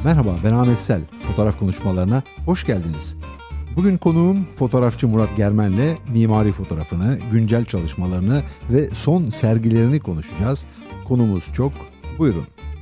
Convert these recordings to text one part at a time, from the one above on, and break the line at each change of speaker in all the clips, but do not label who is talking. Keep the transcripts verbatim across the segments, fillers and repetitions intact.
Merhaba, ben Ahmet Sel. Fotoğraf konuşmalarına hoş geldiniz. Bugün konuğum fotoğrafçı Murat Germen'le mimari fotoğrafını, güncel çalışmalarını ve son sergilerini konuşacağız. Konumuz çok. Buyurun.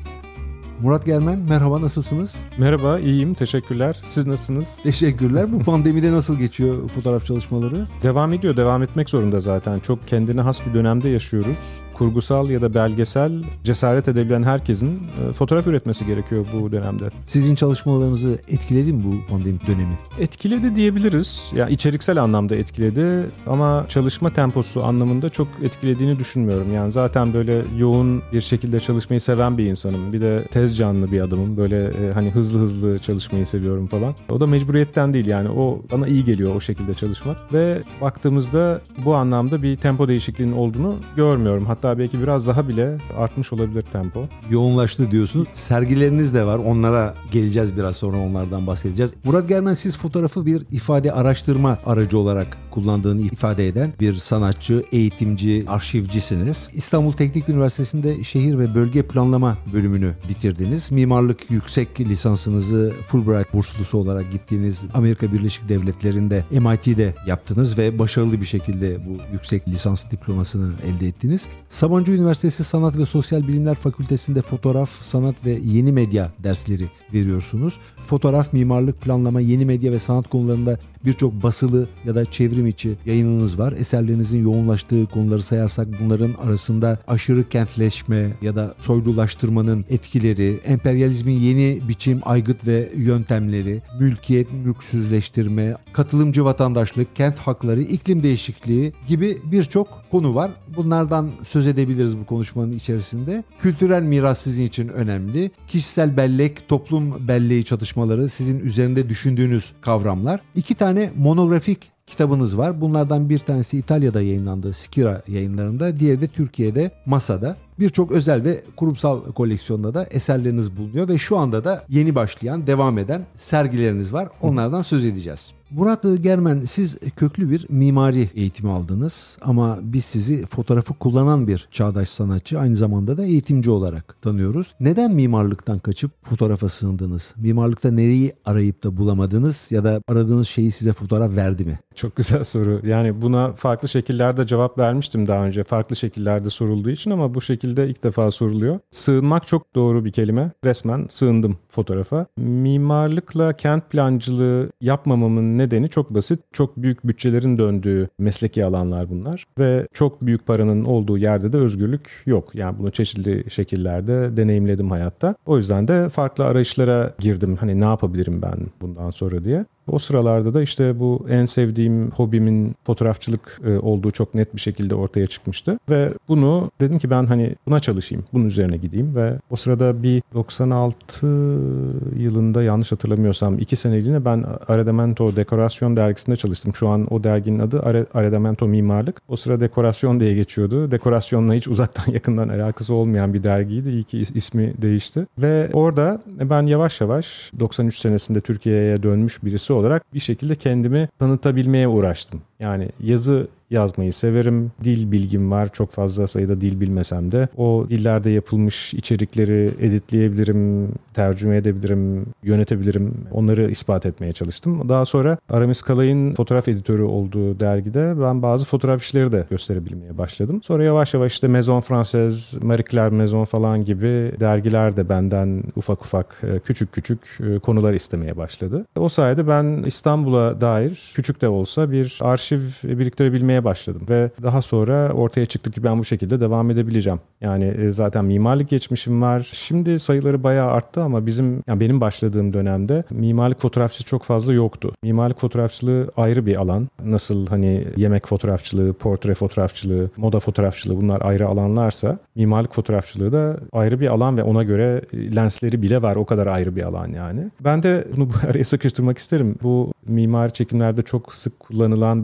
Murat Germen, merhaba, nasılsınız?
Merhaba, iyiyim, teşekkürler. Siz nasılsınız?
Teşekkürler. Bu pandemide nasıl geçiyor fotoğraf çalışmaları?
Devam ediyor, devam etmek zorunda zaten. Çok kendine has bir dönemde yaşıyoruz. Kurgusal ya da belgesel cesaret edebilen herkesin e, fotoğraf üretmesi gerekiyor bu dönemde.
Sizin çalışmalarınızı etkiledi mi bu pandemi dönemi?
Etkiledi diyebiliriz. Ya yani içeriksel anlamda etkiledi ama çalışma temposu anlamında çok etkilediğini düşünmüyorum. Yani zaten böyle yoğun bir şekilde çalışmayı seven bir insanım. Bir de tez canlı bir adamım. Böyle e, hani hızlı hızlı çalışmayı seviyorum falan. O da mecburiyetten değil yani. O bana iyi geliyor o şekilde çalışmak. Ve baktığımızda bu anlamda bir tempo değişikliğinin olduğunu görmüyorum. Hatta Hatta belki biraz daha bile artmış olabilir tempo.
Yoğunlaştı diyorsunuz. Sergileriniz de var. Onlara geleceğiz, biraz sonra onlardan bahsedeceğiz. Murat Germen, siz fotoğrafı bir ifade araştırma aracı olarak kullandığını ifade eden bir sanatçı, eğitimci, arşivcisiniz. İstanbul Teknik Üniversitesi'nde şehir ve bölge planlama bölümünü bitirdiniz. Mimarlık yüksek lisansınızı Fulbright burslusu olarak gittiğiniz Amerika Birleşik Devletleri'nde M I T'de yaptınız ve başarılı bir şekilde bu yüksek lisans diplomasını elde ettiniz. Sabancı Üniversitesi Sanat ve Sosyal Bilimler Fakültesi'nde fotoğraf, sanat ve yeni medya dersleri veriyorsunuz. Fotoğraf, mimarlık, planlama, yeni medya ve sanat konularında birçok basılı ya da çevrim içi yayınınız var. Eserlerinizin yoğunlaştığı konuları sayarsak bunların arasında aşırı kentleşme ya da soylulaştırmanın etkileri, emperyalizmin yeni biçim, aygıt ve yöntemleri, mülkiyet, mülksüzleştirme, katılımcı vatandaşlık, kent hakları, iklim değişikliği gibi birçok konu var. Bunlardan söz edebiliriz bu konuşmanın içerisinde. Kültürel miras sizin için önemli. Kişisel bellek, toplum belleği çalışmaları sizin üzerinde düşündüğünüz kavramlar. İki tane monografik kitabınız var. Bunlardan bir tanesi İtalya'da yayınlandı, Skira yayınlarında. Diğeri de Türkiye'de, Masa'da. Birçok özel ve kurumsal koleksiyonda da eserleriniz bulunuyor ve şu anda da yeni başlayan, devam eden sergileriniz var. Onlardan söz edeceğiz. Murat Germen, siz köklü bir mimari eğitimi aldınız ama biz sizi fotoğrafı kullanan bir çağdaş sanatçı, aynı zamanda da eğitimci olarak tanıyoruz. Neden mimarlıktan kaçıp fotoğrafa sığındınız? Mimarlıkta nereyi arayıp da bulamadınız ya da aradığınız şeyi size fotoğraf verdi mi?
Çok güzel soru. Yani buna farklı şekillerde cevap vermiştim daha önce. Farklı şekillerde sorulduğu için ama bu şekilde ilk defa soruluyor. Sığınmak çok doğru bir kelime. Resmen sığındım fotoğrafa. Mimarlıkla kent plancılığı yapmamamın nedeni çok basit. Çok büyük bütçelerin döndüğü mesleki alanlar bunlar. Ve çok büyük paranın olduğu yerde de özgürlük yok. Yani bunu çeşitli şekillerde deneyimledim hayatta. O yüzden de farklı arayışlara girdim. Hani ne yapabilirim ben bundan sonra diye. O sıralarda da işte bu en sevdiğim hobimin fotoğrafçılık olduğu çok net bir şekilde ortaya çıkmıştı. Ve bunu dedim ki ben hani buna çalışayım, bunun üzerine gideyim ve o sırada bir doksan altı yılında yanlış hatırlamıyorsam iki seneliğine ben Arredamento Dekorasyon dergisinde çalıştım. Şu an o derginin adı Arredamento Mimarlık. O sıra dekorasyon diye geçiyordu. Dekorasyonla hiç uzaktan yakından alakası olmayan bir dergiydi. İyi ki ismi değişti. Ve orada ben yavaş yavaş doksan üç senesinde Türkiye'ye dönmüş birisi olarak bir şekilde kendimi tanıtabilmeye uğraştım. Yani yazı yazmayı severim. Dil bilgim var. Çok fazla sayıda dil bilmesem de o dillerde yapılmış içerikleri editleyebilirim, tercüme edebilirim, yönetebilirim. Onları ispat etmeye çalıştım. Daha sonra Aramis Kalay'ın fotoğraf editörü olduğu dergide ben bazı fotoğraf işleri de gösterebilmeye başladım. Sonra yavaş yavaş işte Maison Française, Marie Claire Maison falan gibi dergiler de benden ufak ufak küçük küçük konular istemeye başladı. O sayede ben İstanbul'a dair küçük de olsa bir arşiv biriktirebilmeye başladım ve daha sonra ortaya çıktı ki ben bu şekilde devam edebileceğim. Yani zaten mimarlık geçmişim var. Şimdi sayıları bayağı arttı ama bizim, yani benim başladığım dönemde mimarlık fotoğrafçısı çok fazla yoktu. Mimarlık fotoğrafçılığı ayrı bir alan. Nasıl hani yemek fotoğrafçılığı, portre fotoğrafçılığı, moda fotoğrafçılığı bunlar ayrı alanlarsa mimarlık fotoğrafçılığı da ayrı bir alan ve ona göre lensleri bile var. O kadar ayrı bir alan yani. Ben de bunu bu araya sıkıştırmak isterim. Bu mimari çekimlerde çok sık kullanılan bir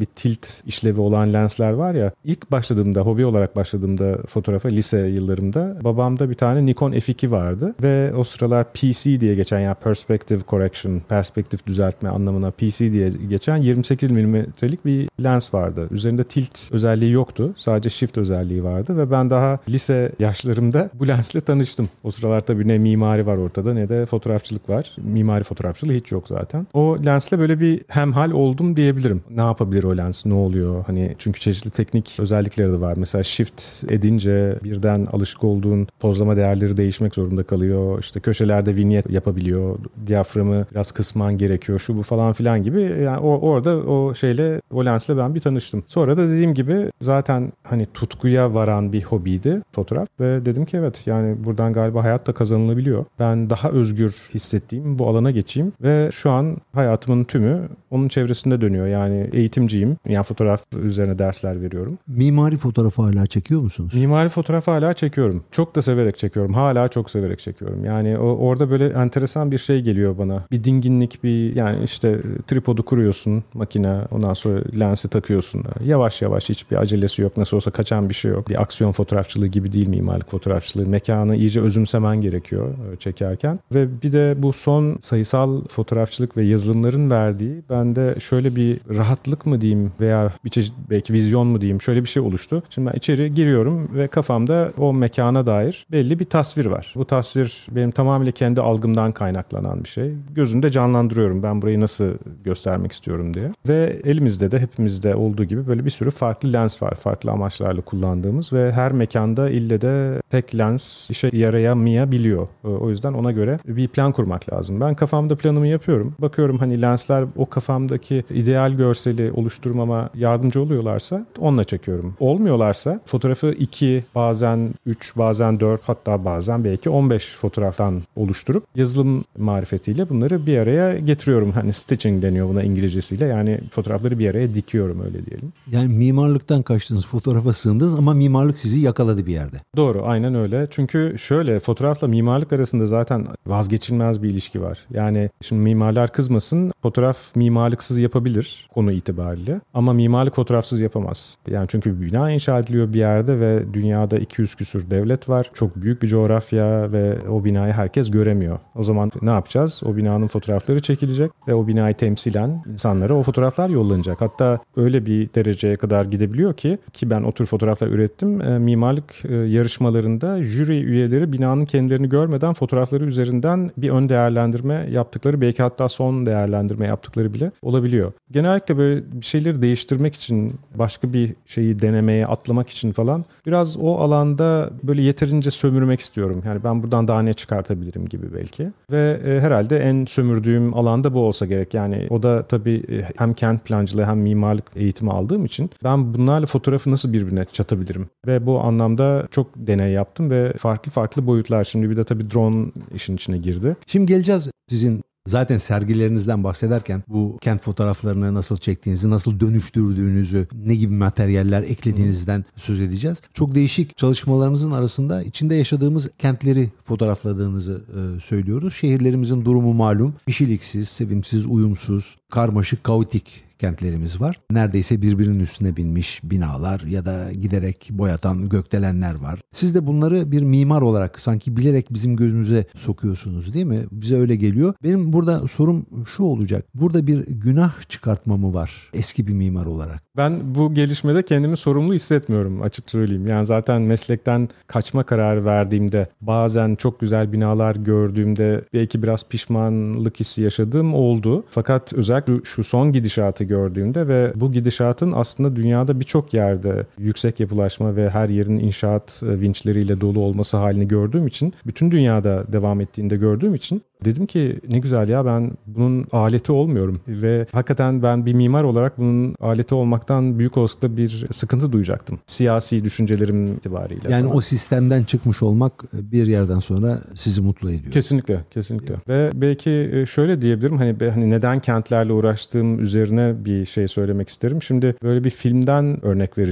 tilt işlevi olan lensler var ya. İlk başladığımda, hobi olarak başladığımda fotoğrafa lise yıllarımda babamda bir tane Nikon F iki vardı ve o sıralar P C diye geçen, yani Perspective Correction, perspektif düzeltme anlamına P C diye geçen yirmi sekiz milimetrelik bir lens vardı. Üzerinde tilt özelliği yoktu. Sadece shift özelliği vardı ve ben daha lise yaşlarımda bu lensle tanıştım. O sıralar tabii ne mimari var ortada ne de fotoğrafçılık var. Mimari fotoğrafçılığı hiç yok zaten. O lensle böyle bir hemhal oldum diyebilirim. Ne yapabilir o lens? Ne oluyor? Hani çünkü çeşitli teknik özellikleri de var. Mesela shift edince birden alışık olduğun pozlama değerleri değişmek zorunda kalıyor. İşte köşelerde vinyet yapabiliyor. Diyaframı biraz kısman gerekiyor. Şu bu falan filan gibi. Yani o, orada o şeyle, o lensle ben bir tanıştım. Sonra da dediğim gibi zaten hani tutkuya varan bir hobiydi fotoğraf ve dedim ki evet, yani buradan galiba hayat da kazanılabiliyor. Ben daha özgür hissettiğim bu alana geçeyim ve şu an hayatımın tümü onun çevresinde dönüyor. Yani eğitimciyim. Yani fotoğraf üzerine dersler veriyorum.
Mimari fotoğrafı hala çekiyor musunuz?
Mimari fotoğrafı hala çekiyorum. Çok da severek çekiyorum. Hala çok severek çekiyorum. Yani o, orada böyle enteresan bir şey geliyor bana. Bir dinginlik, bir yani işte tripodu kuruyorsun makine, ondan sonra lensi takıyorsun. Yavaş yavaş, hiçbir acelesi yok. Nasıl olsa kaçan bir şey yok. Bir aksiyon fotoğrafçılığı gibi değil mimarlık fotoğrafçılığı. Mekanı iyice özümsemen gerekiyor çekerken. Ve bir de bu son sayısal fotoğrafçılık ve yazılımların verdiği bende şöyle bir rahatlık mı diyeyim veya bir çeşit belki vizyon mu diyeyim, şöyle bir şey oluştu. Şimdi ben içeri giriyorum ve kafamda o mekana dair belli bir tasvir var. Bu tasvir benim tamamıyla kendi algımdan kaynaklanan bir şey. Gözümde canlandırıyorum ben burayı nasıl göstermek istiyorum diye. Ve elimizde de hepimizde olduğu gibi böyle bir sürü farklı lens var. Farklı amaçlarla kullandığımız ve her mekanda ille de tek lens işe yarayamayabiliyor. O yüzden ona göre bir plan kurmak lazım. Ben kafamda planımı yapıyorum. Bakıyorum hani lensler o kafamdaki ideal görseli oluşturmama yardımcı oluyorlarsa onunla çekiyorum. Olmuyorlarsa fotoğrafı iki, bazen üç, bazen dört, hatta bazen belki on beş fotoğraftan oluşturup yazılım marifetiyle bunları bir araya getiriyorum. Hani stitching deniyor buna İngilizcesiyle. Yani fotoğrafları bir araya dikiyorum, öyle diyelim.
Yani mimarlıktan kaçtınız, fotoğrafa sığındınız ama mimarlık sizi yakaladı bir yerde.
Doğru, aynen öyle. Çünkü şöyle, fotoğrafla mimarlık arasında zaten vazgeçilmez bir ilişki var. Yani şimdi mimarlar kızmasın, fotoğraf mimarlıksız yapabilir konu itibariyle ama mimarlık fotoğrafsız yapamaz. Yani çünkü bir bina inşa ediliyor bir yerde ve dünyada iki yüz küsur devlet var. Çok büyük bir coğrafya ve o binayı herkes göremiyor. O zaman ne yapacağız? O binanın fotoğrafları çekilecek ve o binayı temsilen insanlara o fotoğraflar yollanacak. Hatta öyle bir dereceye kadar gidebiliyor ki ki ben o tür fotoğraflar ürettim. E, mimarlık e, yarışmalarında jüri üyeleri binanın kendilerini görmeden fotoğrafları üzerinden bir ön değerlendirme yaptıkları, belki hatta son değerlendirme yaptıkları bile olabiliyor. Genellikle böyle bir şeyleri değiştirmek için, başka bir şeyi denemeye, atlamak için falan biraz o alanda böyle yeterince sömürmek istiyorum. Yani ben buradan daha ne çıkartabilirim gibi belki. Ve e, herhalde en sömürdüğüm alanda bu olsa gerek. Yani o da tabii e, hem kent plancılığı hem mimarlık eğitimi aldığım için ben bunlarla fotoğrafı nasıl birbirine çatabilirim? Ve bu anlamda çok deney yaptım ve farklı farklı boyutlar. Şimdi bir de tabii drone işin içine girdi.
Şimdi geleceğiz sizin zaten sergilerinizden bahsederken bu kent fotoğraflarını nasıl çektiğinizi, nasıl dönüştürdüğünüzü, ne gibi materyaller eklediğinizden söz edeceğiz. Çok değişik çalışmalarınızın arasında içinde yaşadığımız kentleri fotoğrafladığınızı e, söylüyoruz. Şehirlerimizin durumu malum. Kişiliksiz, sevimsiz, uyumsuz, karmaşık, kaotik kentlerimiz var. Neredeyse birbirinin üstüne binmiş binalar ya da giderek boyatan gökdelenler var. Siz de bunları bir mimar olarak sanki bilerek bizim gözümüze sokuyorsunuz, değil mi? Bize öyle geliyor. Benim burada sorum şu olacak. Burada bir günah çıkartma mı var eski bir mimar olarak?
Ben bu gelişmede kendimi sorumlu hissetmiyorum, açık söyleyeyim. Yani zaten meslekten kaçma kararı verdiğimde, bazen çok güzel binalar gördüğümde belki biraz pişmanlık hissi yaşadığım oldu. Fakat özellikle şu son gidişatı gördüğümde ve bu gidişatın aslında dünyada birçok yerde yüksek yapılaşma ve her yerin inşaat vinçleriyle dolu olması halini gördüğüm için, bütün dünyada devam ettiğinde gördüğüm için dedim ki ne güzel ya, ben bunun aleti olmuyorum ve hakikaten ben bir mimar olarak bunun aleti olmaktan büyük olasılıkla bir sıkıntı duyacaktım. Siyasi düşüncelerim itibariyle.
Yani
falan.
o sistemden çıkmış olmak bir yerden sonra sizi mutlu ediyor.
Kesinlikle, kesinlikle. Ve belki şöyle diyebilirim, hani hani neden kentlerle uğraştığım üzerine bir şey söylemek isterim. Şimdi böyle bir filmden örnek vereceğim.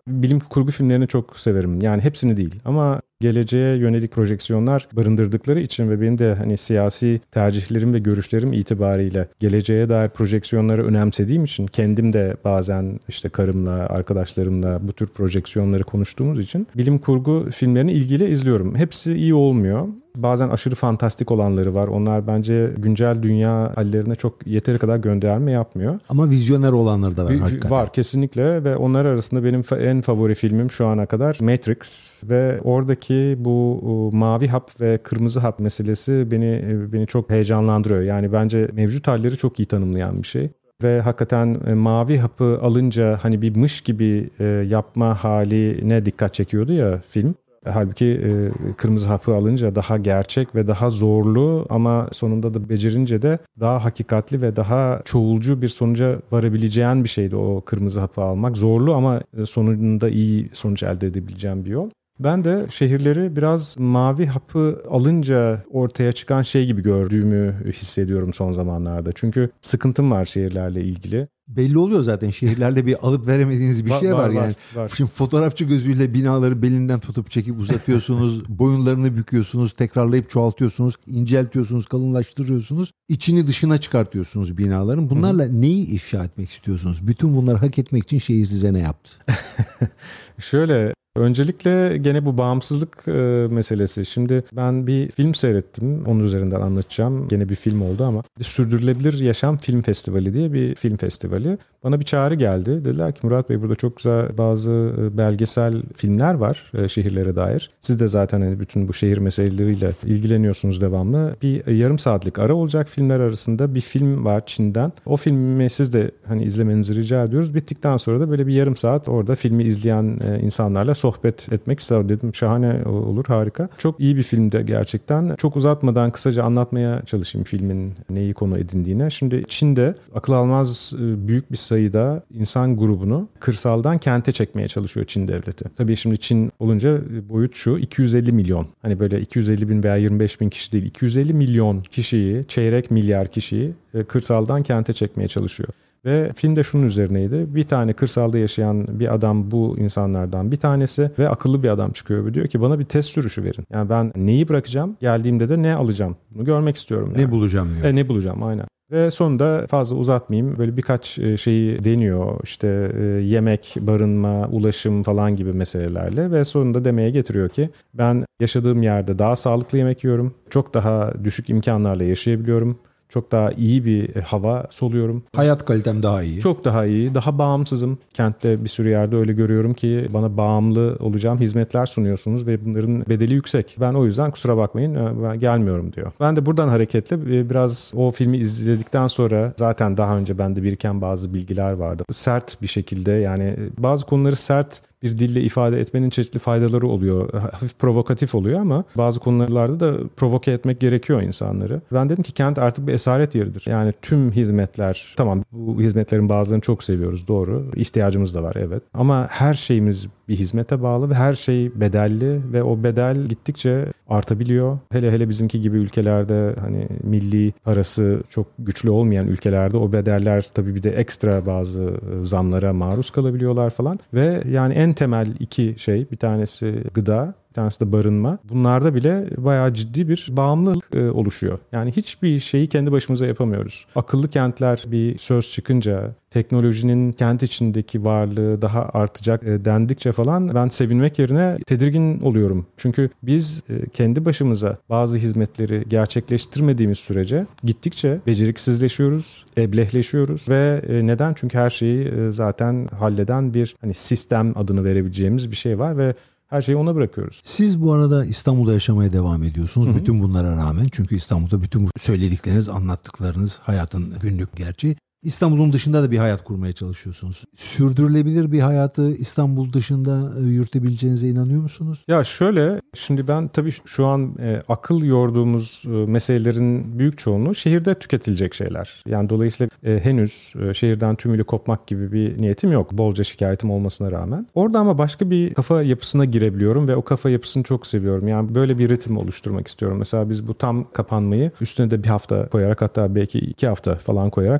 bilim kurgu filmlerini çok severim. Yani hepsini değil ama geleceğe yönelik projeksiyonlar barındırdıkları için ve benim de hani siyasi tercihlerim ve görüşlerim itibariyle geleceğe dair projeksiyonları önemsediğim için kendim de bazen işte karımla, arkadaşlarımla bu tür projeksiyonları konuştuğumuz için bilim kurgu filmlerini ilgiyle izliyorum. Hepsi iyi olmuyor. Bazen aşırı fantastik olanları var. Onlar bence güncel dünya hallerine çok yeteri kadar gönderme yapmıyor.
Ama vizyoner olanları da var.
V- var kesinlikle ve onlar arasında benim en favori filmim şu ana kadar Matrix ve oradaki bu mavi hap ve kırmızı hap meselesi beni beni çok heyecanlandırıyor. Yani bence mevcut halleri çok iyi tanımlayan bir şey. Ve hakikaten e, mavi hapı alınca hani bir mış gibi e, yapma haline dikkat çekiyordu ya film. Halbuki e, kırmızı hapı alınca daha gerçek ve daha zorlu ama sonunda da becerince de daha hakikatli ve daha çoğulcu bir sonuca varabileceğin bir şeydi o kırmızı hapı almak. Zorlu ama sonunda iyi sonuç elde edebileceğin bir yol. Ben de şehirleri biraz mavi hapı alınca ortaya çıkan şey gibi gördüğümü hissediyorum son zamanlarda. Çünkü sıkıntım var şehirlerle ilgili.
Belli oluyor zaten şehirlerde bir alıp veremediğiniz bir var, şey var, var yani. Var, var. Şimdi fotoğrafçı gözüyle binaları belinden tutup çekip uzatıyorsunuz, boyunlarını büküyorsunuz, tekrarlayıp çoğaltıyorsunuz, inceltiyorsunuz, kalınlaştırıyorsunuz, içini dışına çıkartıyorsunuz binaların. Bunlarla Hı-hı. neyi ifşa etmek istiyorsunuz? Bütün bunları hak etmek için şehir size ne yaptı?
Şöyle... Öncelikle gene bu bağımsızlık e, meselesi. Şimdi ben bir film seyrettim. Onun üzerinden anlatacağım. Gene bir film oldu ama Sürdürülebilir Yaşam Film Festivali diye bir film festivali. Bana bir çağrı geldi. Dediler ki Murat Bey burada çok güzel bazı belgesel filmler var e, şehirlere dair. Siz de zaten hani bütün bu şehir meseleleriyle ilgileniyorsunuz devamlı. Bir e, yarım saatlik ara olacak filmler arasında bir film var Çin'den. O filmi siz de hani izlemenizi rica ediyoruz. Bittikten sonra da böyle bir yarım saat orada filmi izleyen e, insanlarla sohbet etmek istedim. Dedim şahane olur, harika. Çok iyi bir filmdi gerçekten. Çok uzatmadan kısaca anlatmaya çalışayım filmin neyi konu edindiğine. Şimdi Çin'de akıl almaz büyük bir sayıda insan grubunu kırsaldan kente çekmeye çalışıyor Çin devleti. Tabii şimdi Çin olunca boyut şu iki yüz elli milyon. Hani böyle iki yüz elli bin veya yirmi beş bin kişi değil. iki yüz elli milyon kişiyi, çeyrek milyar kişiyi kırsaldan kente çekmeye çalışıyor. Ve film de şunun üzerineydi. Bir tane kırsalda yaşayan bir adam bu insanlardan bir tanesi ve akıllı bir adam çıkıyor ve diyor ki bana bir test sürüşü verin. Yani ben neyi bırakacağım? Geldiğimde de ne alacağım? Bunu görmek istiyorum. Yani.
Ne bulacağım diyor.
E, ne bulacağım aynen. Ve sonunda fazla uzatmayayım. Böyle birkaç şeyi deniyor. İşte yemek, barınma, ulaşım falan gibi meselelerle ve sonunda demeye getiriyor ki ben yaşadığım yerde daha sağlıklı yemek yiyorum. Çok daha düşük imkanlarla yaşayabiliyorum. Çok daha iyi bir hava soluyorum.
Hayat kalitem daha iyi.
Çok daha iyi. Daha bağımsızım. Kentte bir sürü yerde öyle görüyorum ki bana bağımlı olacağım hizmetler sunuyorsunuz ve bunların bedeli yüksek. Ben o yüzden kusura bakmayın ben gelmiyorum diyor. Ben de buradan hareketle biraz o filmi izledikten sonra zaten daha önce bende biriken bazı bilgiler vardı. Sert bir şekilde yani bazı konuları sert bir dille ifade etmenin çeşitli faydaları oluyor. Hafif provokatif oluyor ama bazı konularda da provoke etmek gerekiyor insanları. Ben dedim ki kent artık bir esaret yeridir. Yani tüm hizmetler, tamam bu hizmetlerin bazılarını çok seviyoruz doğru. İhtiyacımız da var evet. Ama her şeyimiz bir hizmete bağlı ve her şey bedelli ve o bedel gittikçe artabiliyor. Hele hele bizimki gibi ülkelerde hani milli parası çok güçlü olmayan ülkelerde o bedeller tabii bir de ekstra bazı zamlara maruz kalabiliyorlar falan ve yani en temel iki şey bir tanesi gıda, bir tanesi de barınma. Bunlarda bile bayağı ciddi bir bağımlılık e, oluşuyor. Yani hiçbir şeyi kendi başımıza yapamıyoruz. Akıllı kentler bir söz çıkınca, teknolojinin kent içindeki varlığı daha artacak e, dendikçe falan ben sevinmek yerine tedirgin oluyorum. Çünkü biz e, kendi başımıza bazı hizmetleri gerçekleştirmediğimiz sürece gittikçe beceriksizleşiyoruz, eblehleşiyoruz ve e, neden? Çünkü her şeyi e, zaten halleden bir hani sistem adını verebileceğimiz bir şey var ve her şeyi ona bırakıyoruz.
Siz bu arada İstanbul'da yaşamaya devam ediyorsunuz. Hı hı. Bütün bunlara rağmen. Çünkü İstanbul'da bütün bu söyledikleriniz, anlattıklarınız hayatın günlük gerçeği. İstanbul'un dışında da bir hayat kurmaya çalışıyorsunuz. Sürdürülebilir bir hayatı İstanbul dışında yürütebileceğinize inanıyor musunuz?
Ya şöyle, şimdi ben tabii şu an e, akıl yorduğumuz e, meselelerin büyük çoğunluğu şehirde tüketilecek şeyler. Yani dolayısıyla e, henüz e, şehirden tümüyle kopmak gibi bir niyetim yok. Bolca şikayetim olmasına rağmen. Orada ama başka bir kafa yapısına girebiliyorum ve o kafa yapısını çok seviyorum. Yani böyle bir ritim oluşturmak istiyorum. Mesela biz bu tam kapanmayı üstüne de bir hafta koyarak hatta belki iki hafta falan koyarak böyle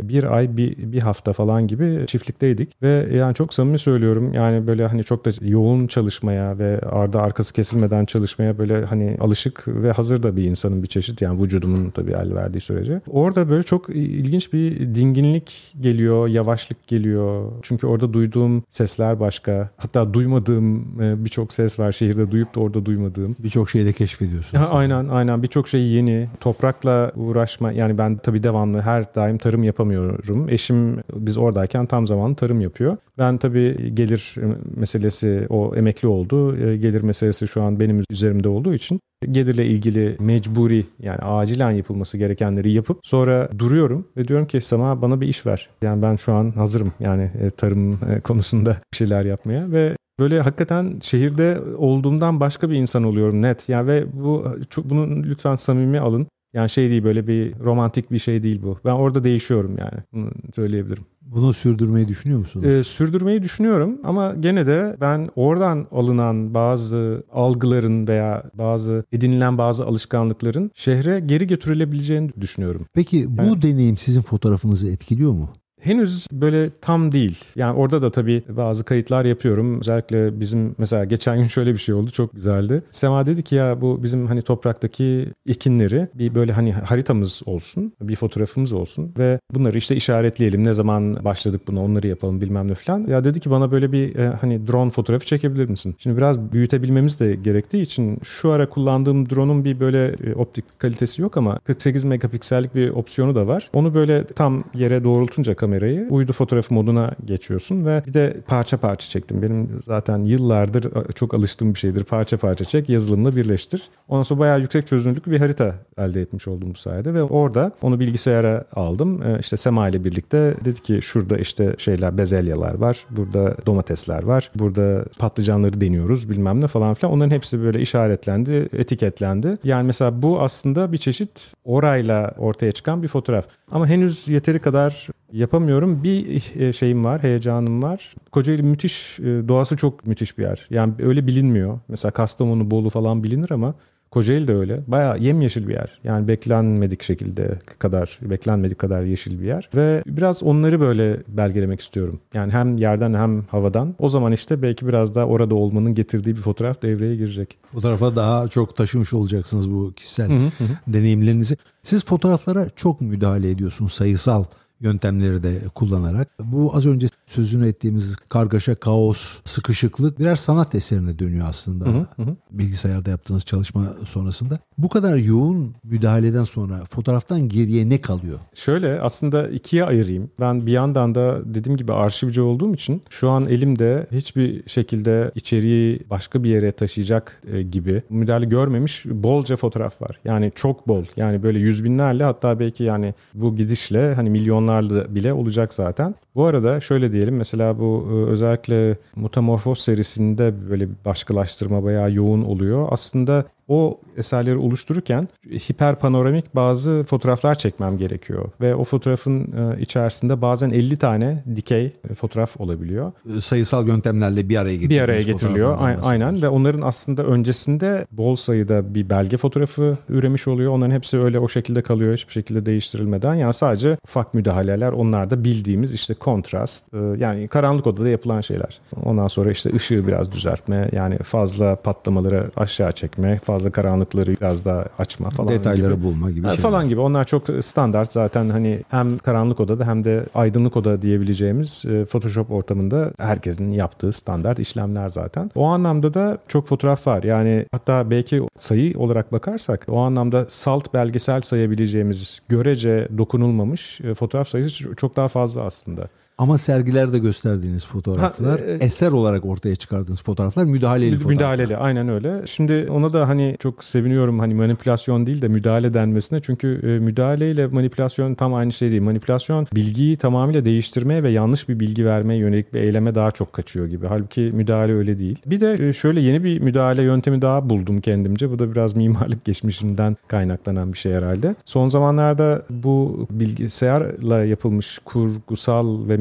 bir ay bir, bir hafta falan gibi çiftlikteydik ve yani çok samimi söylüyorum yani böyle hani çok da yoğun çalışmaya ve ardı arkası kesilmeden çalışmaya böyle hani alışık ve hazır da bir insanın bir çeşit yani vücudumun tabii el verdiği sürece. Orada böyle çok ilginç bir dinginlik geliyor, yavaşlık geliyor. Çünkü orada duyduğum sesler başka. Hatta duymadığım birçok ses var şehirde duyup da orada duymadığım.
Birçok şeyi de keşfediyorsunuz.
Ha, aynen aynen birçok şey yeni. Toprakla uğraşma yani ben tabii devamlı her daim tarım yapamıyorum. Eşim biz oradayken tam zamanlı tarım yapıyor. Ben tabii gelir meselesi o emekli oldu. Gelir meselesi şu an benim üzerimde olduğu için gelirle ilgili mecburi yani acilen yapılması gerekenleri yapıp sonra duruyorum ve diyorum ki Sema bana bir iş ver. Yani ben şu an hazırım yani tarım konusunda bir şeyler yapmaya ve böyle hakikaten şehirde olduğumdan başka bir insan oluyorum net. Yani ve bu çok, bunu lütfen samimi alın. Yani şey değil böyle bir romantik bir şey değil bu. Ben orada değişiyorum yani. Bunu söyleyebilirim.
Bunu sürdürmeyi düşünüyor musunuz?
Ee, sürdürmeyi düşünüyorum ama gene de ben oradan alınan bazı algıların veya bazı edinilen bazı alışkanlıkların şehre geri götürülebileceğini düşünüyorum.
Peki bu
yani,
deneyim sizin fotoğrafınızı etkiliyor mu?
Henüz böyle tam değil. Yani orada da tabii bazı kayıtlar yapıyorum. Özellikle bizim mesela geçen gün şöyle bir şey oldu. Çok güzeldi. Sema dedi ki ya bu bizim hani topraktaki ekinleri bir böyle hani haritamız olsun. Bir fotoğrafımız olsun. Ve bunları işte işaretleyelim. Ne zaman başladık buna onları yapalım bilmem ne falan. Ya dedi ki bana böyle bir e, hani drone fotoğrafı çekebilir misin? Şimdi biraz büyütebilmemiz de gerektiği için şu ara kullandığım drone'un bir böyle e, optik kalitesi yok ama kırk sekiz megapiksellik bir opsiyonu da var. Onu böyle tam yere doğrultunca kamerayı uydu fotoğrafı moduna geçiyorsun ve bir de parça parça çektim. Benim zaten yıllardır çok alıştığım bir şeydir. Parça parça çek, yazılımla birleştir. Ondan sonra bayağı yüksek çözünürlüklü bir harita elde etmiş oldum bu sayede ve orada onu bilgisayara aldım. İşte Sema ile birlikte dedi ki şurada işte şeyler bezelyeler var. Burada domatesler var. Burada patlıcanları deniyoruz bilmem ne falan filan. Onların hepsi böyle işaretlendi, etiketlendi. Yani mesela bu aslında bir çeşit orayla ortaya çıkan bir fotoğraf. Ama henüz yeteri kadar yapamıyorum. Bir şeyim var, heyecanım var. Kocaeli müthiş, doğası çok müthiş bir yer. Yani öyle bilinmiyor. Mesela Kastamonu, Bolu falan bilinir ama Kocaeli de öyle. Bayağı yemyeşil bir yer. Yani beklenmedik şekilde kadar, beklenmedik kadar yeşil bir yer. Ve biraz onları böyle belgelemek istiyorum. Yani hem yerden hem havadan. O zaman işte belki biraz daha orada olmanın getirdiği bir fotoğraf devreye girecek.
Fotoğrafa daha çok taşımış olacaksınız bu kişisel hı hı hı. deneyimlerinizi. Siz fotoğraflara çok müdahale ediyorsunuz sayısal yöntemleri de kullanarak. Bu az önce sözünü ettiğimiz kargaşa, kaos, sıkışıklık birer sanat eserine dönüyor aslında. Hı hı. Bilgisayarda yaptığınız çalışma sonrasında. Bu kadar yoğun müdahaleden sonra fotoğraftan geriye ne kalıyor?
Şöyle aslında ikiye ayırayım. Ben bir yandan da dediğim gibi arşivci olduğum için şu an elimde hiçbir şekilde içeriği başka bir yere taşıyacak gibi müdahale görmemiş bolca fotoğraf var. Yani çok bol. Yani böyle yüz binlerle hatta belki yani bu gidişle hani milyon bile olacak zaten. Bu arada şöyle diyelim mesela bu özellikle Metamorfoz serisinde böyle bir başkalaştırma bayağı yoğun oluyor. Aslında o eserleri oluştururken hiperpanoramik bazı fotoğraflar çekmem gerekiyor. Ve o fotoğrafın içerisinde bazen elli tane dikey fotoğraf olabiliyor.
Sayısal yöntemlerle bir araya getiriliyor. Bir araya
getiriliyor. Aynen ve onların aslında öncesinde bol sayıda bir belge fotoğrafı üremiş oluyor. Onların hepsi öyle o şekilde kalıyor. Hiçbir şekilde değiştirilmeden. Yani sadece ufak müdahaleler onlar da bildiğimiz işte kontrast yani karanlık odada yapılan şeyler. Ondan sonra işte ışığı biraz düzeltme yani fazla patlamaları aşağı çekme, fazla karanlıkları biraz daha açma falan
detayları
gibi.
bulma gibi
yani falan gibi. Onlar çok standart zaten hani hem karanlık odada hem de aydınlık oda diyebileceğimiz Photoshop ortamında herkesin yaptığı standart işlemler zaten. O anlamda da çok fotoğraf var. Yani hatta belki sayı olarak bakarsak o anlamda salt belgesel sayabileceğimiz görece dokunulmamış fotoğraf sayısı çok daha fazla aslında.
Ama sergilerde gösterdiğiniz fotoğraflar, ha, e, eser olarak ortaya çıkardığınız fotoğraflar müdahaleli
mü-
fotoğraflar.
Müdahaleli, aynen öyle. Şimdi ona da hani çok seviniyorum hani manipülasyon değil de müdahale denmesine. Çünkü e, müdahaleyle manipülasyon tam aynı şey değil. Manipülasyon bilgiyi tamamıyla değiştirmeye ve yanlış bir bilgi vermeye yönelik bir eyleme daha çok kaçıyor gibi. Halbuki müdahale öyle değil. Bir de e, şöyle yeni bir müdahale yöntemi daha buldum kendimce. Bu da biraz mimarlık geçmişimden kaynaklanan bir şey herhalde. Son zamanlarda bu bilgisayarla yapılmış kurgusal ve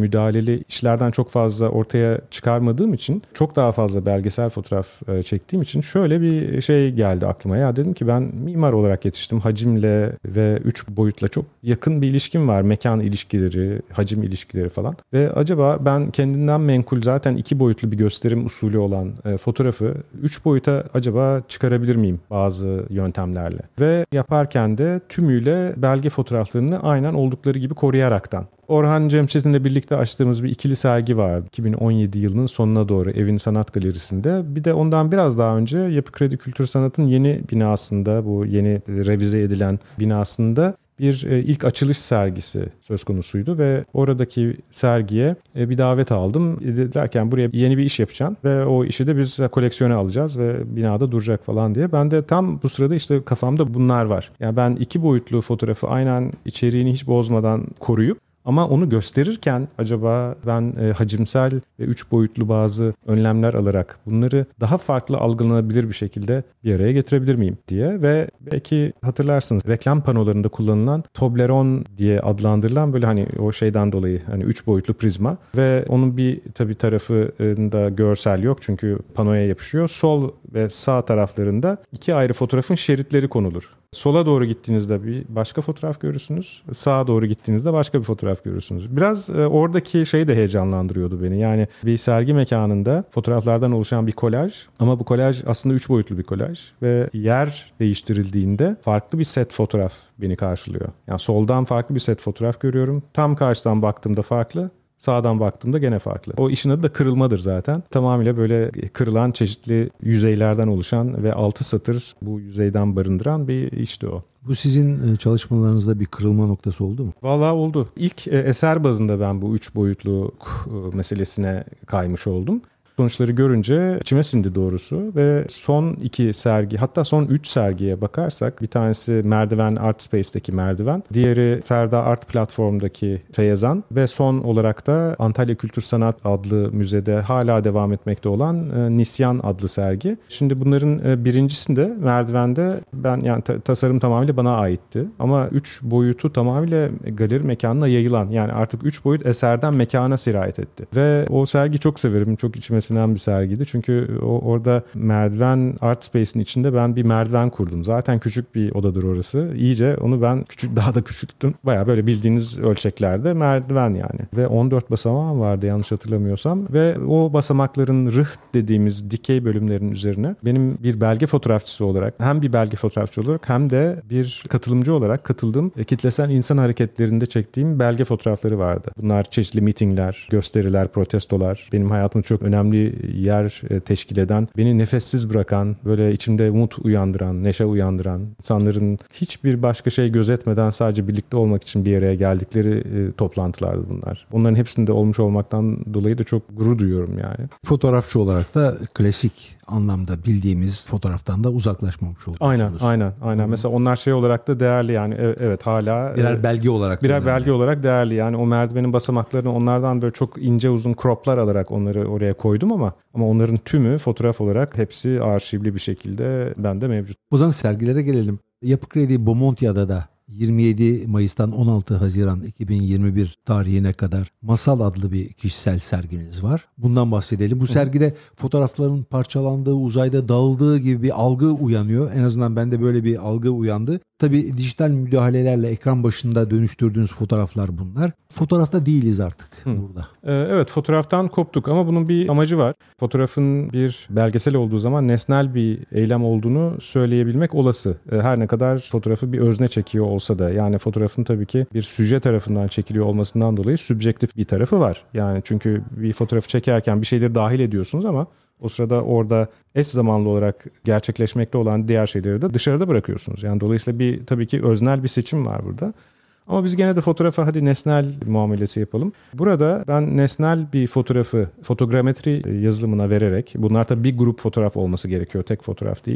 müdahaleli işlerden çok fazla ortaya çıkarmadığım için, çok daha fazla belgesel fotoğraf çektiğim için şöyle bir şey geldi aklıma. Ya dedim ki ben mimar olarak yetiştim. Hacimle ve üç boyutla çok yakın bir ilişkim var. Mekan ilişkileri, hacim ilişkileri falan. Ve acaba ben kendinden menkul zaten iki boyutlu bir gösterim usulü olan e, fotoğrafı üç boyuta acaba çıkarabilir miyim bazı yöntemlerle? Ve yaparken de tümüyle belge fotoğraflarını aynen oldukları gibi koruyaraktan. Orhan Cemşit'inle birlikte açtığımız bir ikili sergi vardı. iki bin on yedi yılının sonuna doğru Evin Sanat Galerisi'nde. Bir de ondan biraz daha önce Yapı Kredi Kültür Sanat'ın yeni binasında, bu yeni revize edilen binasında bir e, ilk açılış sergisi söz konusuydu ve oradaki sergiye e, bir davet aldım. Dediler ki buraya yeni bir iş yapacaksın ve o işi de biz koleksiyona alacağız ve binada duracak falan diye. Ben de tam bu sırada işte kafamda bunlar var. Yani ben iki boyutlu fotoğrafı aynen içeriğini hiç bozmadan koruyup ama onu gösterirken acaba ben e, hacimsel ve üç boyutlu bazı önlemler alarak bunları daha farklı algılanabilir bir şekilde bir araya getirebilir miyim diye ve belki hatırlarsınız reklam panolarında kullanılan Toblerone diye adlandırılan böyle hani o şeyden dolayı hani üç boyutlu prizma ve onun bir tabii tarafında görsel yok çünkü panoya yapışıyor. Sol ve sağ taraflarında iki ayrı fotoğrafın şeritleri konulur. Sola doğru gittiğinizde bir başka fotoğraf görürsünüz. Sağa doğru gittiğinizde başka bir fotoğraf görürsünüz. Biraz e, oradaki şey de heyecanlandırıyordu beni. Yani bir sergi mekanında fotoğraflardan oluşan bir kolaj ama bu kolaj aslında üç boyutlu bir kolaj ve yer değiştirildiğinde farklı bir set fotoğraf beni karşılıyor. Yani soldan farklı bir set fotoğraf görüyorum. Tam karşıdan baktığımda farklı. Sağdan baktığımda gene farklı. O işin adı da kırılmadır zaten. Tamamıyla böyle kırılan çeşitli yüzeylerden oluşan ve altı satır bu yüzeyden barındıran bir işti o.
Bu sizin çalışmalarınızda bir kırılma noktası oldu mu?
Vallahi oldu. İlk eser bazında ben bu üç boyutluluk meselesine kaymış oldum. Sonuçları görünce içime sindi doğrusu ve son iki sergi hatta son üç sergiye bakarsak bir tanesi Merdiven Art Space'deki Merdiven, diğeri Ferda Art Platform'daki Feyezan ve son olarak da Antalya Kültür Sanat adlı müzede hala devam etmekte olan e, Nisyan adlı sergi. Şimdi bunların e, birincisinde Merdiven'de ben yani ta- tasarım tamamıyla bana aitti ama üç boyutu tamamıyla galeri mekanına yayılan yani artık üç boyut eserden mekana sirayet etti. Ve o sergi çok severim, çok içime sinen bir sergiydi. Çünkü o, orada Merdiven Art Space'in içinde ben bir merdiven kurdum. Zaten küçük bir odadır orası. İyice onu ben küçük daha da küçülttüm. Bayağı böyle bildiğiniz ölçeklerde merdiven yani. Ve on dört basamağım vardı yanlış hatırlamıyorsam. Ve o basamakların rıh dediğimiz dikey bölümlerin üzerine benim bir belge fotoğrafçısı olarak hem bir belge fotoğrafçı olarak hem de bir katılımcı olarak katıldığım kitlesel insan hareketlerinde çektiğim belge fotoğrafları vardı. Bunlar çeşitli mitingler, gösteriler, protestolar. Benim hayatımda çok önemli yer teşkil eden, beni nefessiz bırakan, böyle içimde umut uyandıran, neşe uyandıran, insanların hiçbir başka şey gözetmeden sadece birlikte olmak için bir araya geldikleri e, toplantılardı bunlar. Onların hepsinde olmuş olmaktan dolayı da çok gurur duyuyorum yani.
Fotoğrafçı olarak da klasik anlamda bildiğimiz fotoğraftan da uzaklaşmamış oluyorsunuz.
Aynen, aynen, aynen. Hmm. Mesela onlar şey olarak da değerli yani evet hala.
Birer belge olarak.
Birer önemli. Belge olarak değerli yani o merdivenin basamaklarını onlardan böyle çok ince uzun croplar alarak onları oraya koydum ama ama onların tümü fotoğraf olarak hepsi arşivli bir şekilde bende mevcut.
O zaman sergilere gelelim. Yapı Kredi Bomontia'da da yirmi yedi Mayıs'tan on altı Haziran iki bin yirmi bir tarihine kadar Masal adlı bir kişisel serginiz var. Bundan bahsedelim. Bu sergide fotoğrafların parçalandığı, uzayda dağıldığı gibi bir algı uyanıyor. En azından bende böyle bir algı uyandı. Tabii dijital müdahalelerle ekran başında dönüştürdüğünüz fotoğraflar bunlar. Fotoğrafta değiliz artık Hı. burada.
Ee, evet fotoğraftan koptuk ama bunun bir amacı var. Fotoğrafın bir belgesel olduğu zaman nesnel bir eylem olduğunu söyleyebilmek olası. Ee, her ne kadar fotoğrafı bir özne çekiyor olsa da yani fotoğrafın tabii ki bir süje tarafından çekiliyor olmasından dolayı sübjektif bir tarafı var. Yani çünkü bir fotoğrafı çekerken bir şeyleri dahil ediyorsunuz ama o sırada orada eş zamanlı olarak gerçekleşmekte olan diğer şeyleri de dışarıda bırakıyorsunuz. Yani dolayısıyla bir tabii ki öznel bir seçim var burada. Ama biz gene de fotoğrafa hadi nesnel muamelesi yapalım. Burada ben nesnel bir fotoğrafı fotogrametri yazılımına vererek, bunlar tabii bir grup fotoğraf olması gerekiyor, tek fotoğraf değil.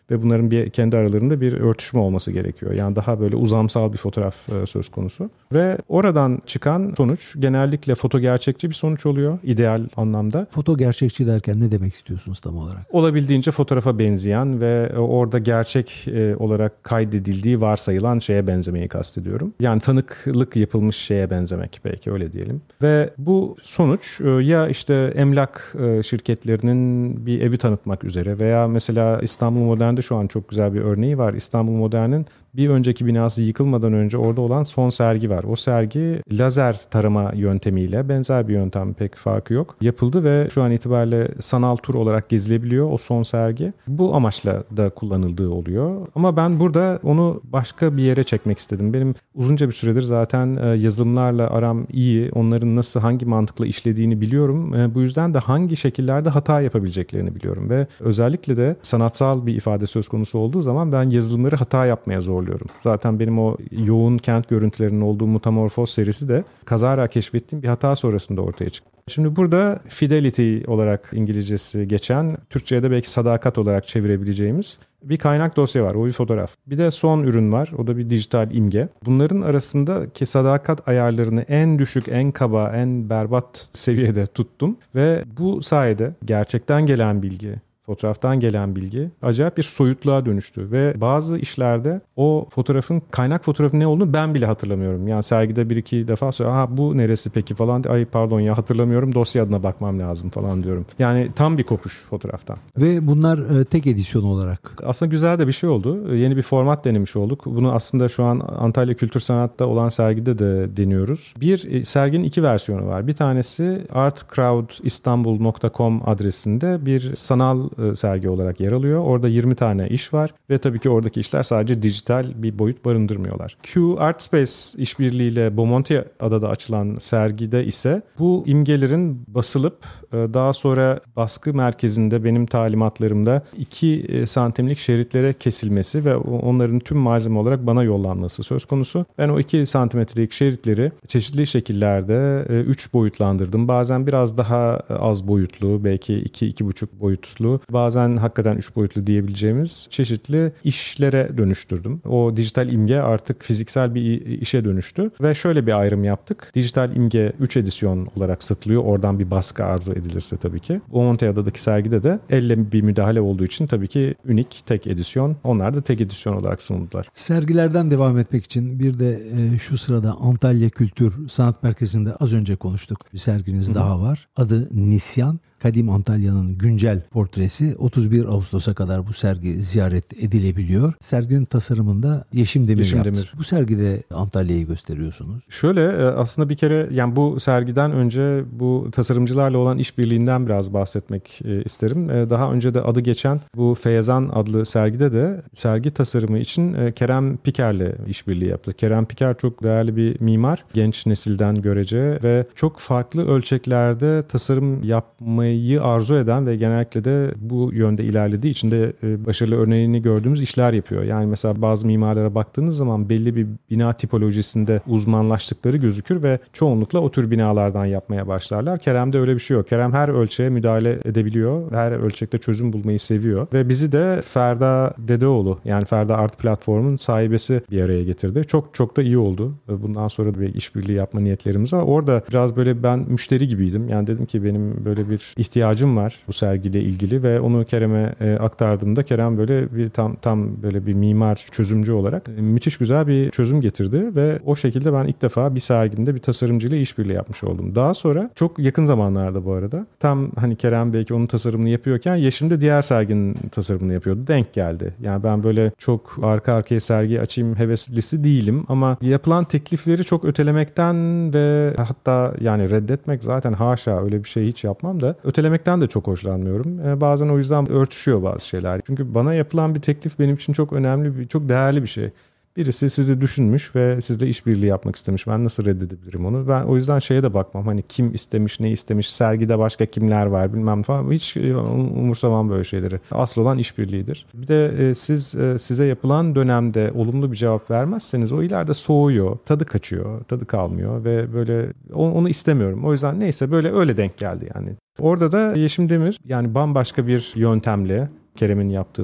ve bunların bir kendi aralarında bir örtüşme olması gerekiyor. Yani daha böyle uzamsal bir fotoğraf e, söz konusu. Ve oradan çıkan sonuç genellikle foto gerçekçi bir sonuç oluyor ideal anlamda.
Foto gerçekçi derken ne demek istiyorsunuz tam olarak?
Olabildiğince fotoğrafa benzeyen ve orada gerçek e, olarak kaydedildiği varsayılan şeye benzemeyi kastediyorum. Yani tanıklık yapılmış şeye benzemek, belki öyle diyelim. Ve bu sonuç e, ya işte emlak e, şirketlerinin bir evi tanıtmak üzere veya mesela İstanbul Modern'de şu an çok güzel bir örneği var. İstanbul Modern'in bir önceki binası yıkılmadan önce orada olan son sergi var. O sergi lazer tarama yöntemiyle, benzer bir yöntem, pek farkı yok, yapıldı ve şu an itibariyle sanal tur olarak gezilebiliyor o son sergi. Bu amaçla da kullanıldığı oluyor. Ama ben burada onu başka bir yere çekmek istedim. Benim uzunca bir süredir zaten yazılımlarla aram iyi. Onların nasıl, hangi mantıkla işlediğini biliyorum. Bu yüzden de hangi şekillerde hata yapabileceklerini biliyorum ve özellikle de sanatsal bir ifade söz konusu olduğu zaman ben yazılımları hata yapmaya zorluyorum. Zaten benim o yoğun kent görüntülerinin olduğu Mutamorfoz serisi de kazara keşfettiğim bir hata sonrasında ortaya çıktı. Şimdi burada fidelity olarak İngilizcesi geçen, Türkçe'ye de belki sadakat olarak çevirebileceğimiz bir kaynak dosya var. O bir fotoğraf. Bir de son ürün var. O da bir dijital imge. Bunların arasındaki sadakat ayarlarını en düşük, en kaba, en berbat seviyede tuttum. Ve bu sayede gerçekten gelen bilgi, fotoğraftan gelen bilgi acayip bir soyutluğa dönüştü ve bazı işlerde o fotoğrafın, kaynak fotoğrafın ne olduğunu ben bile hatırlamıyorum. Yani sergide bir iki defa söyle, aha bu neresi peki falan, ay pardon ya hatırlamıyorum, dosya adına bakmam lazım falan diyorum. Yani tam bir kopuş fotoğraftan.
Ve bunlar e, tek edisyon olarak.
Aslında güzel de bir şey oldu. Yeni bir format denemiş olduk. Bunu aslında şu an Antalya Kültür Sanat'ta olan sergide de deniyoruz. Bir serginin iki versiyonu var. Bir tanesi art crowd istanbul nokta com adresinde bir sanal sergi olarak yer alıyor. Orada yirmi tane iş var ve tabii ki oradaki işler sadece dijital bir boyut barındırmıyorlar. Q Art Space işbirliğiyle Bomonti adada açılan sergide ise bu imgelerin basılıp daha sonra baskı merkezinde benim talimatlarımda iki santimlik şeritlere kesilmesi ve onların tüm malzeme olarak bana yollanması söz konusu. Ben o iki santimetrelik şeritleri çeşitli şekillerde üç boyutlandırdım. Bazen biraz daha az boyutlu, belki iki iki buçuk boyutlu, bazen hakikaten üç boyutlu diyebileceğimiz çeşitli işlere dönüştürdüm. O dijital imge artık fiziksel bir işe dönüştü ve şöyle bir ayrım yaptık. Dijital imge üç edisyon olarak satılıyor. Oradan bir baskı arzu edilirse tabii ki. Bomonti adadaki sergide de elle bir müdahale olduğu için tabii ki unik, tek edisyon. Onlar da tek edisyon olarak sunuldular.
Sergilerden devam etmek için bir de e, şu sırada Antalya Kültür Sanat Merkezi'nde az önce konuştuk. Bir serginiz Hı-hı. daha var. Adı Nisyan. Kadim Antalya'nın güncel portresi. otuz bir Ağustos'a kadar bu sergi ziyaret edilebiliyor. Serginin tasarımında Yeşim Demir
Yeşim
yaptı.
Demir.
Bu sergide Antalya'yı gösteriyorsunuz.
Şöyle aslında bir kere yani bu sergiden önce bu tasarımcılarla olan işbirliğinden biraz bahsetmek isterim. Daha önce de adı geçen bu Feyzan adlı sergide de sergi tasarımı için Kerem Piker'le işbirliği yaptı. Kerem Piker çok değerli bir mimar. Genç nesilden görece ve çok farklı ölçeklerde tasarım yapmayı arzu eden ve genellikle de bu yönde ilerlediği için de başarılı örneğini gördüğümüz işler yapıyor. Yani mesela bazı mimarlara baktığınız zaman belli bir bina tipolojisinde uzmanlaştıkları gözükür ve çoğunlukla o tür binalardan yapmaya başlarlar. Kerem'de öyle bir şey yok. Kerem her ölçeğe müdahale edebiliyor. Her ölçekte çözüm bulmayı seviyor. Ve bizi de Ferda Dedeoğlu, yani Ferda Art Platform'un sahibesi bir araya getirdi. Çok çok da iyi oldu. Bundan sonra da bir işbirliği yapma niyetlerimiz var. Orada biraz böyle ben müşteri gibiydim. Yani dedim ki benim böyle bir ihtiyacım var bu sergiyle ilgili ve onu Kerem'e e, aktardığımda Kerem böyle bir tam tam böyle bir mimar, çözümcü olarak e, müthiş güzel bir çözüm getirdi ve o şekilde ben ilk defa bir sergimde bir tasarımcıyla işbirliği yapmış oldum. Daha sonra çok yakın zamanlarda bu arada tam hani Kerem belki onun tasarımını yapıyorken Yeşim de diğer serginin tasarımını yapıyordu. Denk geldi. Yani ben böyle çok arka arkaya sergi açayım heveslisi değilim ama yapılan teklifleri çok ötelemekten ve hatta yani reddetmek zaten haşa, öyle bir şey hiç yapmam da ötelemekten de çok hoşlanmıyorum. Ee, bazen o yüzden örtüşüyor bazı şeyler. Çünkü bana yapılan bir teklif benim için çok önemli, bir, çok değerli bir şey. Birisi sizi düşünmüş ve sizle işbirliği yapmak istemiş. Ben nasıl reddedebilirim onu? Ben o yüzden şeye de bakmam. Hani kim istemiş, ne istemiş, sergide başka kimler var bilmem falan. Hiç umursamam böyle şeyleri. Asıl olan işbirliğidir. Bir de e, siz e, size yapılan dönemde olumlu bir cevap vermezseniz o ileride soğuyor, tadı kaçıyor, tadı kalmıyor ve böyle onu, onu istemiyorum. O yüzden neyse böyle öyle denk geldi yani. Orada da Yeşim Demir yani bambaşka bir yöntemle Kerem'in yaptığından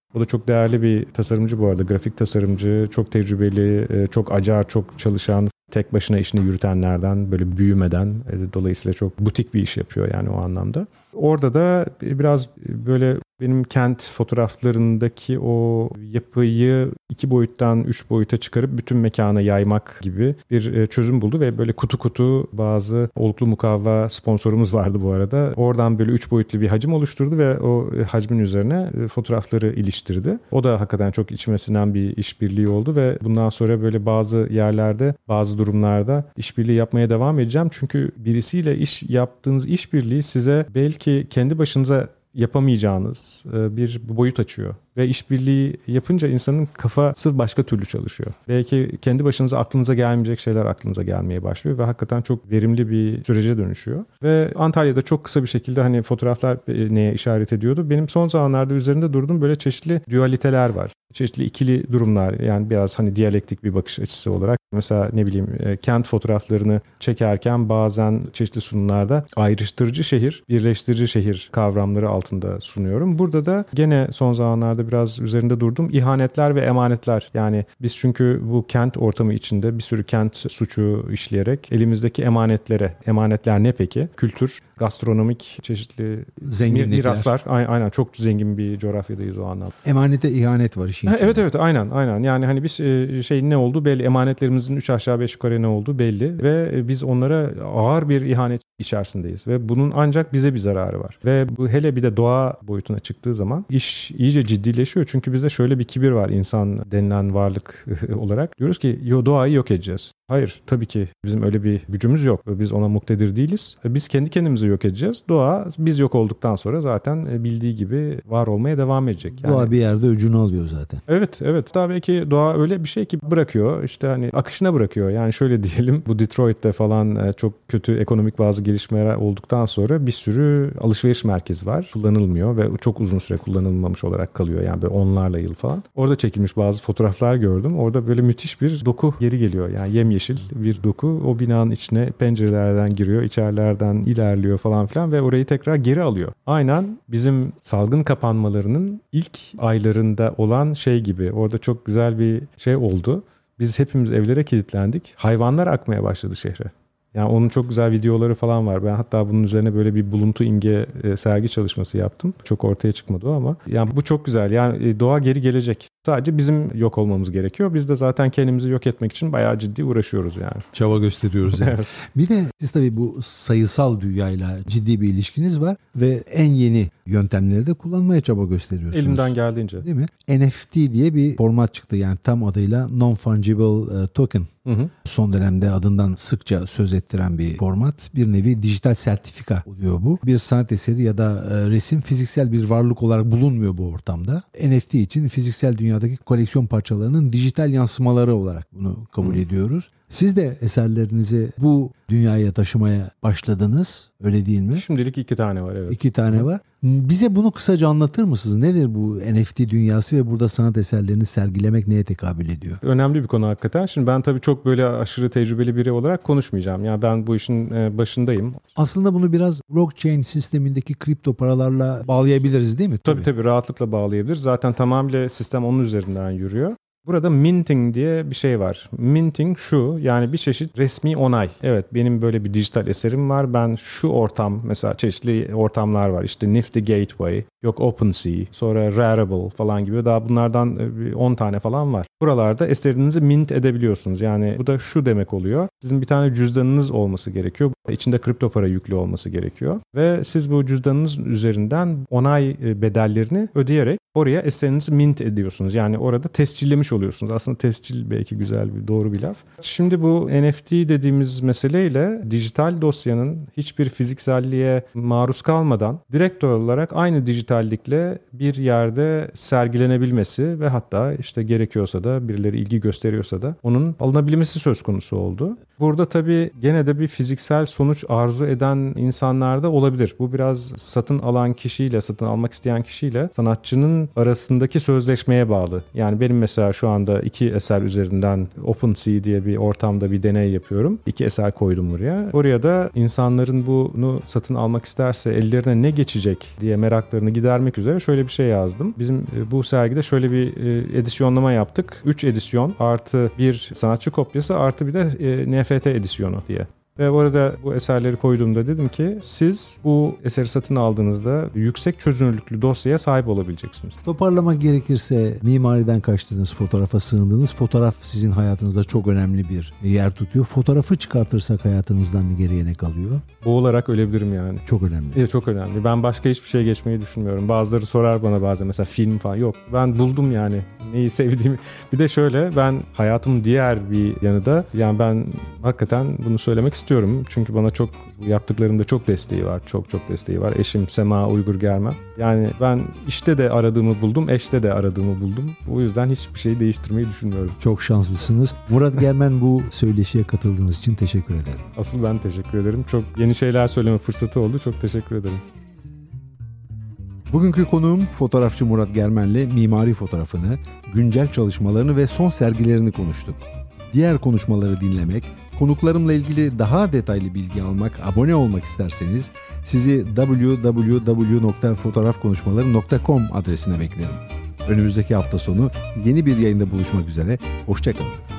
O da çok değerli bir tasarımcı bu arada. Grafik tasarımcı, çok tecrübeli, çok acar, çok çalışan, tek başına işini yürütenlerden, böyle büyümeden, dolayısıyla çok butik bir iş yapıyor yani o anlamda. Orada da biraz böyle benim kent fotoğraflarındaki o yapıyı iki boyuttan üç boyuta çıkarıp bütün mekana yaymak gibi bir çözüm buldu ve böyle kutu kutu bazı oluklu mukavva sponsorumuz vardı bu arada. Oradan böyle üç boyutlu bir hacim oluşturdu ve o hacmin üzerine fotoğrafları iliştirdi. O da hakikaten çok içime sinen bir işbirliği oldu ve bundan sonra böyle bazı yerlerde, bazı durumlarda işbirliği yapmaya devam edeceğim. Çünkü birisiyle iş yaptığınız işbirliği size belki kendi başınıza yapamayacağınız bir boyut açıyor. Ve işbirliği yapınca insanın kafası başka türlü çalışıyor. Belki kendi başınıza aklınıza gelmeyecek şeyler aklınıza gelmeye başlıyor ve hakikaten çok verimli bir sürece dönüşüyor. Ve Antalya'da çok kısa bir şekilde hani fotoğraflar neye işaret ediyordu. Benim son zamanlarda üzerinde durduğum böyle çeşitli dualiteler var. Çeşitli ikili durumlar, yani biraz hani diyalektik bir bakış açısı olarak. Mesela ne bileyim kent fotoğraflarını çekerken bazen çeşitli sunumlarda ayrıştırıcı şehir, birleştirici şehir kavramları altında sunuyorum. Burada da gene son zamanlarda biraz üzerinde durdum. İhanetler ve emanetler. Yani biz çünkü bu kent ortamı içinde bir sürü kent suçu işleyerek elimizdeki emanetlere, emanetler ne peki? Kültür, gastronomik çeşitli
zenginlikler,
miraslar. Aynen, çok zengin bir coğrafyadayız o anlamda.
Emanete ihanet var işin içinde.
Evet evet aynen aynen. Yani hani biz şey ne oldu belli, emanetlerimizin üç aşağı beş yukarı ne oldu belli ve biz onlara ağır bir ihanet içerisindeyiz ve bunun ancak bize bir zararı var. Ve bu hele bir de doğa boyutuna çıktığı zaman iş iyice ciddileşiyor. Çünkü bizde şöyle bir kibir var insan denilen varlık olarak. Diyoruz ki yo, doğayı yok edeceğiz. Hayır, tabii ki bizim öyle bir gücümüz yok. Biz ona muktedir değiliz. Biz kendi kendimizi yok edeceğiz. Doğa biz yok olduktan sonra zaten bildiği gibi var olmaya devam edecek. Yani,
doğa bir yerde öcünü alıyor zaten.
Evet, evet. Daha belki doğa öyle bir şey ki bırakıyor. İşte hani akışına bırakıyor. Yani şöyle diyelim, bu Detroit'te falan çok kötü ekonomik bazı gelişmeler olduktan sonra bir sürü alışveriş merkezi var. Kullanılmıyor ve çok uzun süre kullanılmamış olarak kalıyor. Yani böyle onlarla yıl falan. Orada çekilmiş bazı fotoğraflar gördüm. Orada böyle müthiş bir doku geri geliyor. Yani yemyeşil bir doku o binanın içine pencerelerden giriyor, içerilerden ilerliyor falan filan ve orayı tekrar geri alıyor. Aynen bizim salgın kapanmalarının ilk aylarında olan şey gibi. Orada çok güzel bir şey oldu. Biz hepimiz evlere kilitlendik. Hayvanlar akmaya başladı şehre. Yani onun çok güzel videoları falan var. Ben hatta bunun üzerine böyle bir buluntu imge e, sergi çalışması yaptım. Çok ortaya çıkmadı o ama. Yani bu çok güzel. Yani e, doğa geri gelecek. Sadece bizim yok olmamız gerekiyor. Biz de zaten kendimizi yok etmek için bayağı ciddi uğraşıyoruz yani.
Çaba gösteriyoruz yani. Evet. Bir de siz tabii bu sayısal dünyayla ciddi bir ilişkiniz var ve en yeni yöntemleri de kullanmaya çaba gösteriyorsunuz.
Elimden geldiğince.
Değil mi? N F T diye bir format çıktı, yani tam adıyla Non-Fungible Token. Hı hı. Son dönemde adından sıkça söz ettiren bir format. Bir nevi dijital sertifika oluyor bu. Bir sanat eseri ya da resim fiziksel bir varlık olarak bulunmuyor bu ortamda. N F T için fiziksel dünyadaki koleksiyon parçalarının dijital yansımaları olarak bunu kabul hı. ediyoruz. Siz de eserlerinizi bu dünyaya taşımaya başladınız, öyle değil mi?
Şimdilik iki tane var, evet.
İki tane var. Bize bunu kısaca anlatır mısınız? Nedir bu N F T dünyası ve burada sanat eserlerini sergilemek neye tekabül ediyor?
Önemli bir konu hakikaten. Şimdi ben tabii çok böyle aşırı tecrübeli biri olarak konuşmayacağım. Yani ben bu işin başındayım.
Aslında bunu biraz blockchain sistemindeki kripto paralarla bağlayabiliriz değil mi?
Tabii tabii, tabii rahatlıkla bağlayabiliriz. Zaten tamamıyla sistem onun üzerinden yürüyor. Burada minting diye bir şey var. Minting şu, yani bir çeşit resmi onay. Evet, benim böyle bir dijital eserim var. Ben şu ortam, mesela çeşitli ortamlar var. İşte Nifty Gateway, yok OpenSea, sonra Rarible falan gibi, daha bunlardan on tane falan var. Buralarda eserinizi mint edebiliyorsunuz. Yani bu da şu demek oluyor. Sizin bir tane cüzdanınız olması gerekiyor. İçinde kripto para yüklü olması gerekiyor. Ve siz bu cüzdanınız üzerinden onay bedellerini ödeyerek oraya eserinizi mint ediyorsunuz. Yani orada tescillemiş oluyorsunuz. Aslında tescil belki güzel bir, doğru bir laf. Şimdi bu N F T dediğimiz meseleyle dijital dosyanın hiçbir fizikselliğe maruz kalmadan direkt olarak aynı dijitallikle bir yerde sergilenebilmesi ve hatta işte gerekiyorsa da birileri ilgi gösteriyorsa da onun alınabilmesi söz konusu oldu. Burada tabii gene de bir fiziksel sonuç arzu eden insanlar da olabilir. Bu biraz satın alan kişiyle, satın almak isteyen kişiyle sanatçının arasındaki sözleşmeye bağlı. Yani benim mesela şu anda iki eser üzerinden OpenSea diye bir ortamda bir deney yapıyorum. İki eser koydum buraya. Oraya da insanların bunu satın almak isterse ellerine ne geçecek diye meraklarını gidermek üzere şöyle bir şey yazdım. Bizim bu sergide şöyle bir edisyonlama yaptık. üç edisyon artı bir sanatçı kopyası artı bir de N F T edisyonu diye. Ve orada bu eserleri koyduğumda dedim ki siz bu eseri satın aldığınızda yüksek çözünürlüklü dosyaya sahip olabileceksiniz.
Toparlamak gerekirse mimariden kaçtığınız, fotoğrafa sığındığınız, fotoğraf sizin hayatınızda çok önemli bir yer tutuyor. Fotoğrafı çıkartırsak hayatınızdan geriye ne kalıyor?
Boğularak ölebilirim yani.
Çok önemli.
Evet, çok önemli. Ben başka hiçbir şey geçmeyi düşünmüyorum. Bazıları sorar bana bazen mesela film falan. Yok, ben buldum yani neyi sevdiğimi. Bir de şöyle, ben hayatımın diğer bir yanı da yani ben hakikaten bunu söylemek istiyorum. Çünkü bana çok yaptıklarımda çok desteği var. Çok çok desteği var. Eşim Sema Uygur Germen. Yani ben işte de aradığımı buldum, eşte de aradığımı buldum. O yüzden hiçbir şeyi değiştirmeyi düşünmüyorum.
Çok şanslısınız. Murat Germen, bu söyleşiye katıldığınız için teşekkür ederim.
Asıl ben teşekkür ederim. Çok yeni şeyler söyleme fırsatı oldu. Çok teşekkür ederim.
Bugünkü konuğum fotoğrafçı Murat Germen'le mimari fotoğrafını, güncel çalışmalarını ve son sergilerini konuştuk. Diğer konuşmaları dinlemek, konuklarımla ilgili daha detaylı bilgi almak, abone olmak isterseniz sizi double-u double-u double-u nokta fotoğrafkonuşmaları nokta com adresine beklerim. Önümüzdeki hafta sonu yeni bir yayında buluşmak üzere. Hoşça kalın.